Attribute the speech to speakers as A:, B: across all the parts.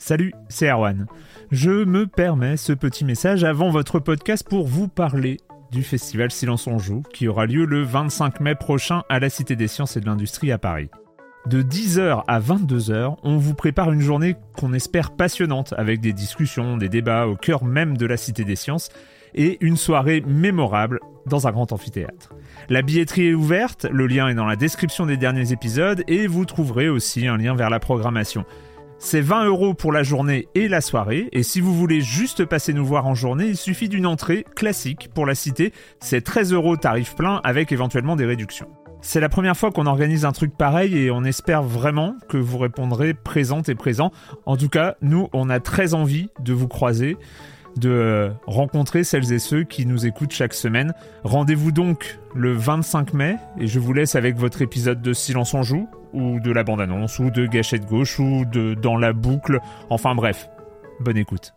A: Salut, c'est Erwan. Je me permets ce petit message avant votre podcast pour vous parler du festival Silence on Joue qui aura lieu le 25 mai prochain à la Cité des Sciences et de l'Industrie à Paris. De 10h à 22h, on vous prépare une journée qu'on espère passionnante avec des discussions, des débats au cœur même de la Cité des Sciences et une soirée mémorable dans un grand amphithéâtre. La billetterie est ouverte, le lien est dans la description des derniers épisodes et vous trouverez aussi un lien vers la programmation. C'est 20 € pour la journée et la soirée, et si vous voulez juste passer nous voir en journée, il suffit d'une entrée classique pour la Cité, c'est 13 € tarif plein avec éventuellement des réductions. C'est la première fois qu'on organise un truc pareil et on espère vraiment que vous répondrez présentes et présents. En tout cas, nous, on a très envie de vous croiser, de rencontrer celles et ceux qui nous écoutent chaque semaine. Rendez-vous donc le 25 mai et je vous laisse avec votre épisode de Silence on Joue, ou de la bande-annonce, ou de Gâchette Gauche, ou de Dans la boucle. Enfin bref, bonne écoute.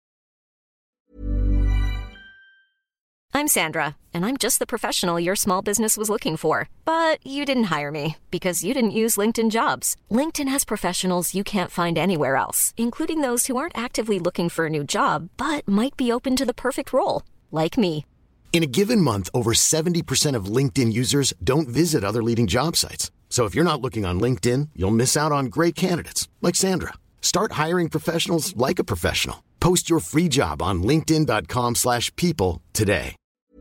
B: I'm Sandra, and I'm just the professional your small business was looking for. But you didn't hire me, because you didn't use LinkedIn Jobs. LinkedIn has professionals you can't find anywhere else, including those who aren't actively looking for a new job, but might be open to the perfect role, like me.
C: In a given month, over 70% of LinkedIn users don't visit other leading job sites. So if you're not looking on LinkedIn, you'll miss out on great candidates like Sandra. Start hiring professionals like a professional. Post your free job on linkedin.com/people today.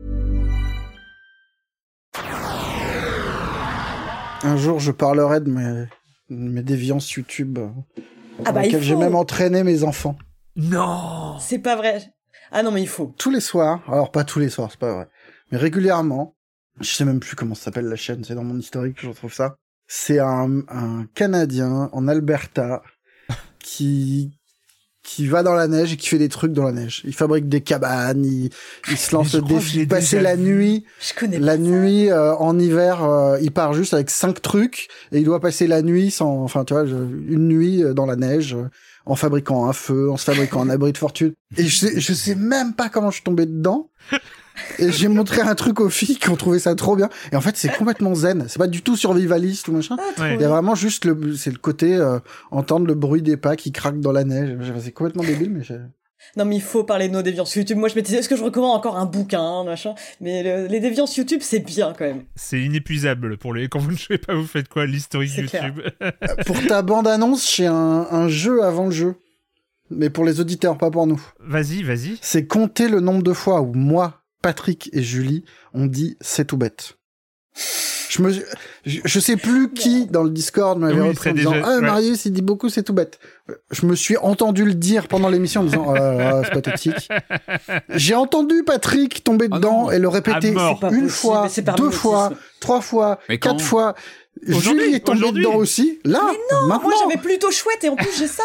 D: Un jour, je parlerai de mes déviances YouTube
E: dans
D: lesquelles j'ai même entraîné mes enfants.
A: Non!
E: C'est pas vrai. Ah non, mais il faut.
D: Tous les soirs, alors pas tous les soirs, c'est pas vrai, mais régulièrement, je sais même plus comment ça s'appelle la chaîne, c'est dans mon historique que je retrouve ça. C'est un Canadien en Alberta qui va dans la neige et qui fait des trucs dans la neige. Il fabrique des cabanes, il se lance le défi de passer la nuit.
E: Je connais
D: la
E: pas
D: nuit en hiver, il part juste avec 5 trucs et il doit passer la nuit une nuit dans la neige en fabriquant un feu, en se fabriquant un abri de fortune. Et je sais même pas comment je suis tombé dedans. Et j'ai montré un truc aux filles qui ont trouvé ça trop bien. Et en fait, c'est complètement zen. C'est pas du tout survivaliste ou machin. Il y a vraiment juste c'est le côté entendre le bruit des pas qui craquent dans la neige. C'est complètement débile, mais
E: Non, mais il faut parler de nos déviances YouTube. Moi, je me disais, est-ce que je recommande encore un bouquin, machin? Mais les déviances YouTube, c'est bien, quand même.
A: C'est inépuisable quand vous ne savez pas, vous faites quoi, l'historique
E: C'est
A: YouTube.
D: Pour ta bande-annonce, j'ai un jeu avant le jeu. Mais pour les auditeurs, pas pour nous.
A: Vas-y.
D: C'est compter le nombre de fois où moi, Patrick et Julie ont dit « c'est tout bête ». Je sais plus qui dans le Discord m'avait repris en disant « Ah, Marius, il dit beaucoup, c'est tout bête ». Je me suis entendu le dire pendant l'émission en disant « Oh là là, c'est pathétique ». J'ai entendu Patrick tomber dedans et le répéter une fois, 2 fois, 3 fois, 4 fois. Julie est tombée dedans aussi. Là,
E: mais non,
D: maintenant.
E: moi j'avais plutôt chouette et en plus j'ai ça.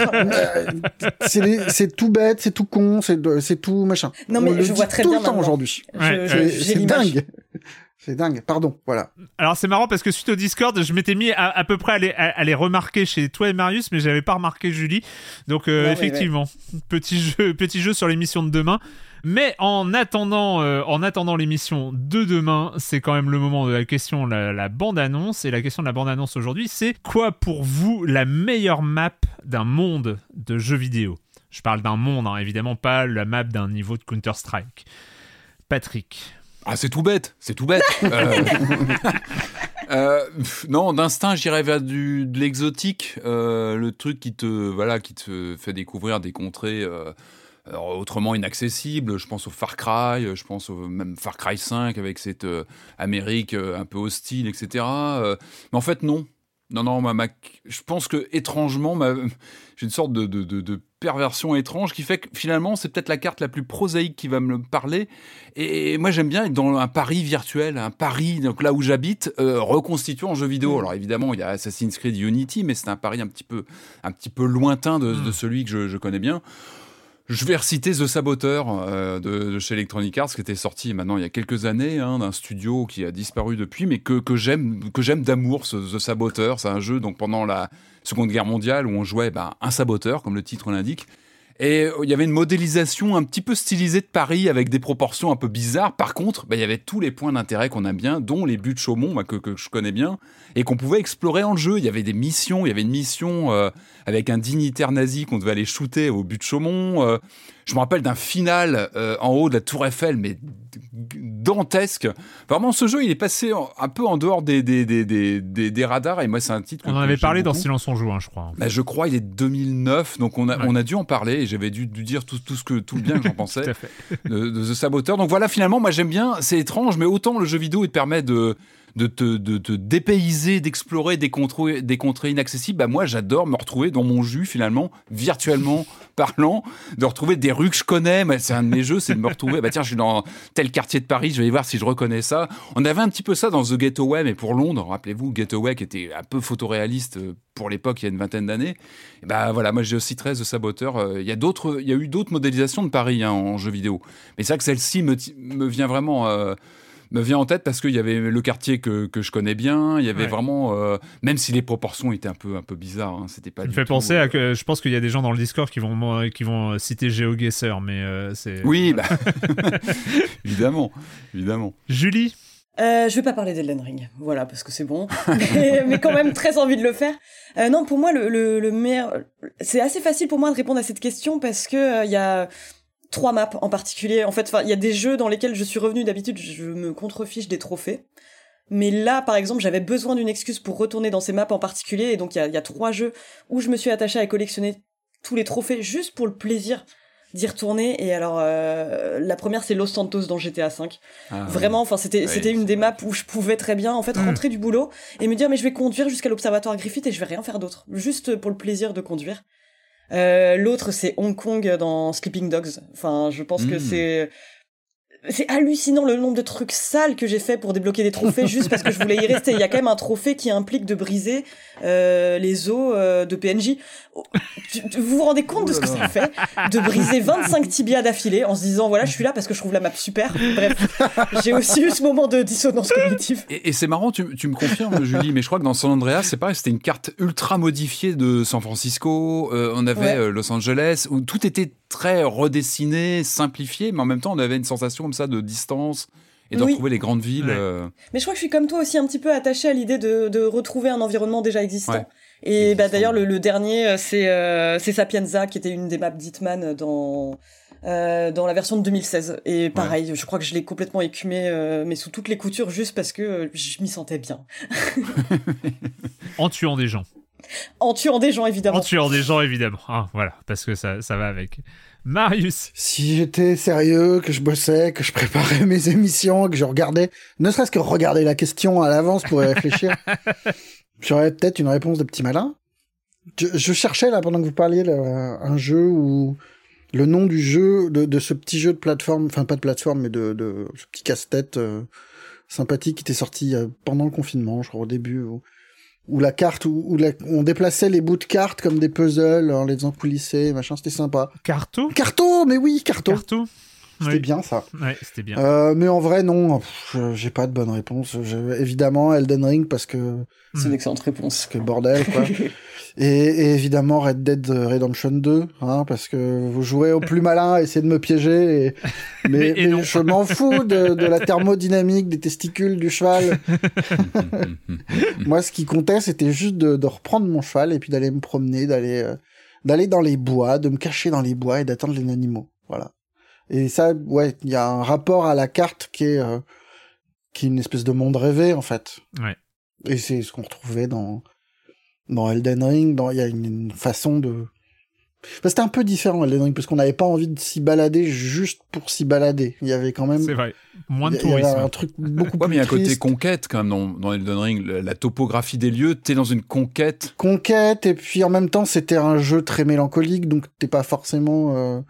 D: C'est tout bête, c'est tout con, c'est tout machin.
E: Non mais je vois très bien
D: tout le temps aujourd'hui. C'est dingue. C'est dingue, pardon, voilà.
A: Alors c'est marrant parce que suite au Discord, je m'étais mis à peu près à les remarquer chez toi et Marius, mais j'avais pas remarqué Julie. Donc effectivement, petit jeu sur l'émission de demain. Mais en attendant l'émission de demain, c'est quand même le moment de la question, la bande-annonce. Et la question de la bande-annonce aujourd'hui, c'est quoi pour vous la meilleure map d'un monde de jeux vidéo ? Je parle d'un monde, hein, évidemment pas la map d'un niveau de Counter-Strike. Patrick.
F: Ah, c'est tout bête. Non, d'instinct, j'irais vers de l'exotique, le truc qui te fait découvrir des contrées autrement inaccessibles. Je pense au Far Cry, je pense même Far Cry 5 avec cette Amérique un peu hostile, etc. Mais en fait, non. Non, je pense que étrangement, j'ai une sorte de perversion étrange qui fait que finalement, c'est peut-être la carte la plus prosaïque qui va me parler. Et moi, j'aime bien être dans un Paris virtuel, un Paris, donc là où j'habite, reconstitué en jeu vidéo. Alors évidemment, il y a Assassin's Creed Unity, mais c'est un Paris un petit peu lointain de celui que je connais bien. Je vais reciter The Saboteur de chez Electronic Arts, qui était sorti maintenant il y a quelques années, d'un studio qui a disparu depuis, mais que j'aime d'amour, The Saboteur. C'est un jeu donc pendant la Seconde Guerre mondiale où on jouait un saboteur, comme le titre l'indique. Et il y avait une modélisation un petit peu stylisée de Paris avec des proportions un peu bizarres. Par contre, il y avait tous les points d'intérêt qu'on aime bien, dont les buts de Chaumont, que je connais bien, et qu'on pouvait explorer en jeu. Il y avait des missions, il y avait une mission avec un dignitaire nazi qu'on devait aller shooter au but de Chaumont. Je me rappelle d'un final en haut de la Tour Eiffel, mais dantesque. Vraiment, ce jeu, il est passé un peu en dehors des radars. Et moi, c'est un titre
A: on en avait parlé dans Silence on joue, je crois.
F: Je crois, il est de 2009, donc on a dû en parler. Et j'avais dû dire tout le bien que j'en pensais de The Saboteur. Donc voilà, finalement, moi j'aime bien. C'est étrange, mais autant le jeu vidéo, il te permet de te dépayser, d'explorer des contrées inaccessibles. Moi, j'adore me retrouver dans mon jus, finalement, virtuellement parlant, de retrouver des rues que je connais. C'est un de mes jeux, c'est de me retrouver. Tiens, je suis dans tel quartier de Paris, je vais voir si je reconnais ça. On avait un petit peu ça dans The Getaway, mais pour Londres. Rappelez-vous, Getaway qui était un peu photoréaliste pour l'époque, il y a une vingtaine d'années. Voilà, moi, j'ai aussi The Saboteur. Il y a eu d'autres modélisations de Paris en jeu vidéo. Mais c'est vrai que celle-ci me vient vraiment... me vient en tête parce qu'il y avait le quartier que je connais bien, il y avait vraiment, même si les proportions étaient un peu bizarres, c'était pas. Ça
A: me fait penser à que je pense qu'il y a des gens dans le Discord qui vont citer GeoGuessr, mais c'est.
F: Oui, évidemment.
A: Julie.
E: Je vais pas parler d'Elden Ring, voilà, parce que c'est bon, mais quand même très envie de le faire. Non, pour moi le meilleur, c'est assez facile pour moi de répondre à cette question parce que il y a 3 maps en particulier. En fait, il y a des jeux dans lesquels je suis revenue, d'habitude, je me contrefiche des trophées. Mais là, par exemple, j'avais besoin d'une excuse pour retourner dans ces maps en particulier. Et donc, il y a 3 jeux où je me suis attachée à collectionner tous les trophées juste pour le plaisir d'y retourner. Et alors, la première, c'est Los Santos dans GTA V. Vraiment, c'était une des maps où je pouvais très bien, en fait, rentrer du boulot et me dire, mais je vais conduire jusqu'à l'Observatoire Griffith et je vais rien faire d'autre. Juste pour le plaisir de conduire. L'autre, c'est Hong Kong dans Sleeping Dogs. Enfin, je pense que c'est hallucinant le nombre de trucs sales que j'ai fait pour débloquer des trophées juste parce que je voulais y rester. Il y a quand même un trophée qui implique de briser les os de PNJ. Vous vous rendez compte de ce que ça fait de briser 25 tibias d'affilée en se disant voilà, je suis là parce que je trouve la map super. Bref, j'ai aussi eu ce moment de dissonance cognitive.
F: Et c'est marrant, tu me confirmes, Julie, mais je crois que dans San Andreas, c'est pareil, c'était une carte ultra modifiée de San Francisco. On avait Los Angeles où tout était très redessiné, simplifié, mais en même temps, on avait une sensation comme ça de distance et de retrouver les grandes villes.
E: Mais je crois que je suis comme toi aussi un petit peu attachée à l'idée de retrouver un environnement déjà existant.
F: Ouais.
E: Et d'ailleurs, le dernier, c'est Sapienza, qui était une des maps d'Hitman dans la version de 2016. Et pareil, je crois que je l'ai complètement écumé, mais sous toutes les coutures, juste parce que je m'y sentais bien.
A: En tuant des gens.
E: En tuant des gens, évidemment.
A: En tuant des gens, évidemment. Voilà, parce que ça va avec. Marius.
D: Si j'étais sérieux, que je bossais, que je préparais mes émissions, que je regardais, ne serait-ce que regarder la question à l'avance pour y réfléchir, j'aurais peut-être une réponse de petit malin. Je cherchais, là, pendant que vous parliez, un jeu où le nom du jeu, de ce petit jeu de plateforme, enfin pas de plateforme, mais de ce petit casse-tête sympathique qui était sorti pendant le confinement, je crois, au début, où la carte, on déplaçait les bouts de cartes comme des puzzles en les faisant coulisser, machin, c'était sympa.
A: Carto,
D: mais oui, Carto. C'était bien, ça.
A: Ouais, c'était bien.
D: Mais en vrai, non, j'ai pas de bonne réponse. Évidemment, Elden Ring, parce que...
E: C'est une excellente réponse.
D: Parce que bordel, quoi. et évidemment, Red Dead Redemption 2, parce que vous jouez au plus malin à essayer de me piéger, mais je m'en fous de la thermodynamique des testicules du cheval. Moi, ce qui comptait, c'était juste de reprendre mon cheval et puis d'aller me promener, d'aller dans les bois, de me cacher dans les bois et d'attendre les animaux. Voilà. Et ça, il y a un rapport à la carte qui est une espèce de monde rêvé, en fait.
A: Ouais.
D: Et c'est ce qu'on retrouvait dans Elden Ring. Il y a une façon de... c'était un peu différent, Elden Ring, parce qu'on n'avait pas envie de s'y balader juste pour s'y balader. Il y avait quand même...
A: C'est vrai. Moins de tourisme.
D: Il y avait un truc beaucoup plus
F: mais il y a un côté
D: triste.
F: conquête, quand même, dans Elden Ring. La topographie des lieux, t'es dans une conquête.
D: Conquête, et puis en même temps, c'était un jeu très mélancolique, donc t'es pas forcément...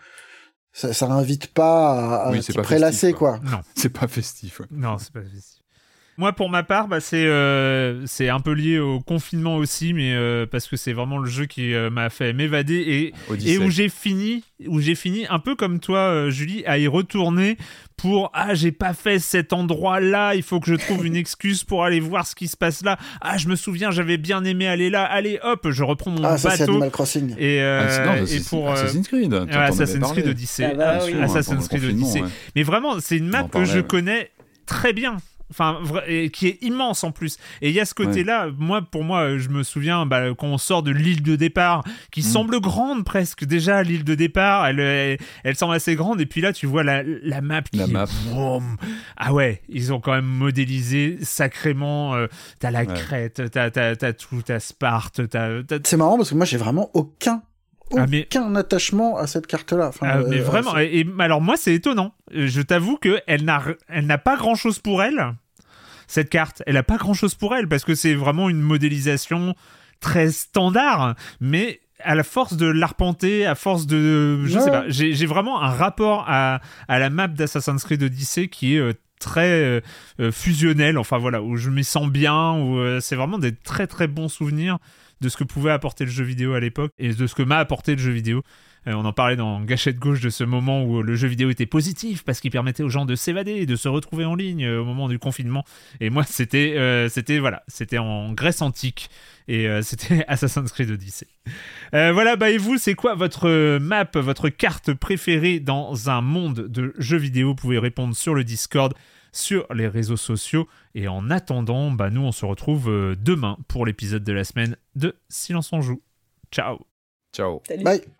D: ça invite pas à t'y prélasser, quoi.
A: Non.
F: C'est pas festif.
A: Non, c'est pas festif. Moi, pour ma part, c'est un peu lié au confinement aussi, mais parce que c'est vraiment le jeu qui m'a fait m'évader et où j'ai fini un peu comme toi, Julie, à y retourner pour j'ai pas fait cet endroit-là, il faut que je trouve une excuse pour aller voir ce qui se passe là. Je me souviens, j'avais bien aimé aller là. Allez, hop, je reprends mon bateau.
D: Ça c'est Animal Crossing.
A: Et pour
F: Assassin's Creed.
A: Assassin's Creed Odyssey. Assassin's Creed Odyssey. Mais vraiment, c'est une map que je connais très bien. Enfin, qui est immense en plus. Et il y a ce côté-là, pour moi, je me souviens quand on sort de l'île de départ, qui semble grande presque. Déjà, l'île de départ, elle semble assez grande. Et puis là, tu vois la map qui boum. Ah ouais, ils ont quand même modélisé sacrément. T'as la crête, t'as tout, t'as Sparte,
D: C'est marrant parce que moi, j'ai vraiment aucun attachement à cette carte-là.
A: Mais vraiment, et alors moi c'est étonnant. Je t'avoue que elle n'a pas grand-chose pour elle. Cette carte, elle a pas grand-chose pour elle parce que c'est vraiment une modélisation très standard, mais à la force de l'arpenter, à force de, je sais pas, j'ai vraiment un rapport à la map d'Assassin's Creed Odyssey qui est très fusionnel. Enfin voilà, où je m'y sens bien, où c'est vraiment des très très bons souvenirs de ce que pouvait apporter le jeu vidéo à l'époque et de ce que m'a apporté le jeu vidéo. On en parlait dans Gâchette Gauche de ce moment où le jeu vidéo était positif parce qu'il permettait aux gens de s'évader et de se retrouver en ligne au moment du confinement. Et moi, c'était en Grèce antique et c'était Assassin's Creed Odyssey. Et vous, c'est quoi votre map, votre carte préférée dans un monde de jeux vidéo? Vous pouvez répondre sur le Discord, sur les réseaux sociaux. Et en attendant, nous, on se retrouve demain pour l'épisode de la semaine de Silence on Joue. Ciao.
F: Ciao.
E: Salut.
D: Bye.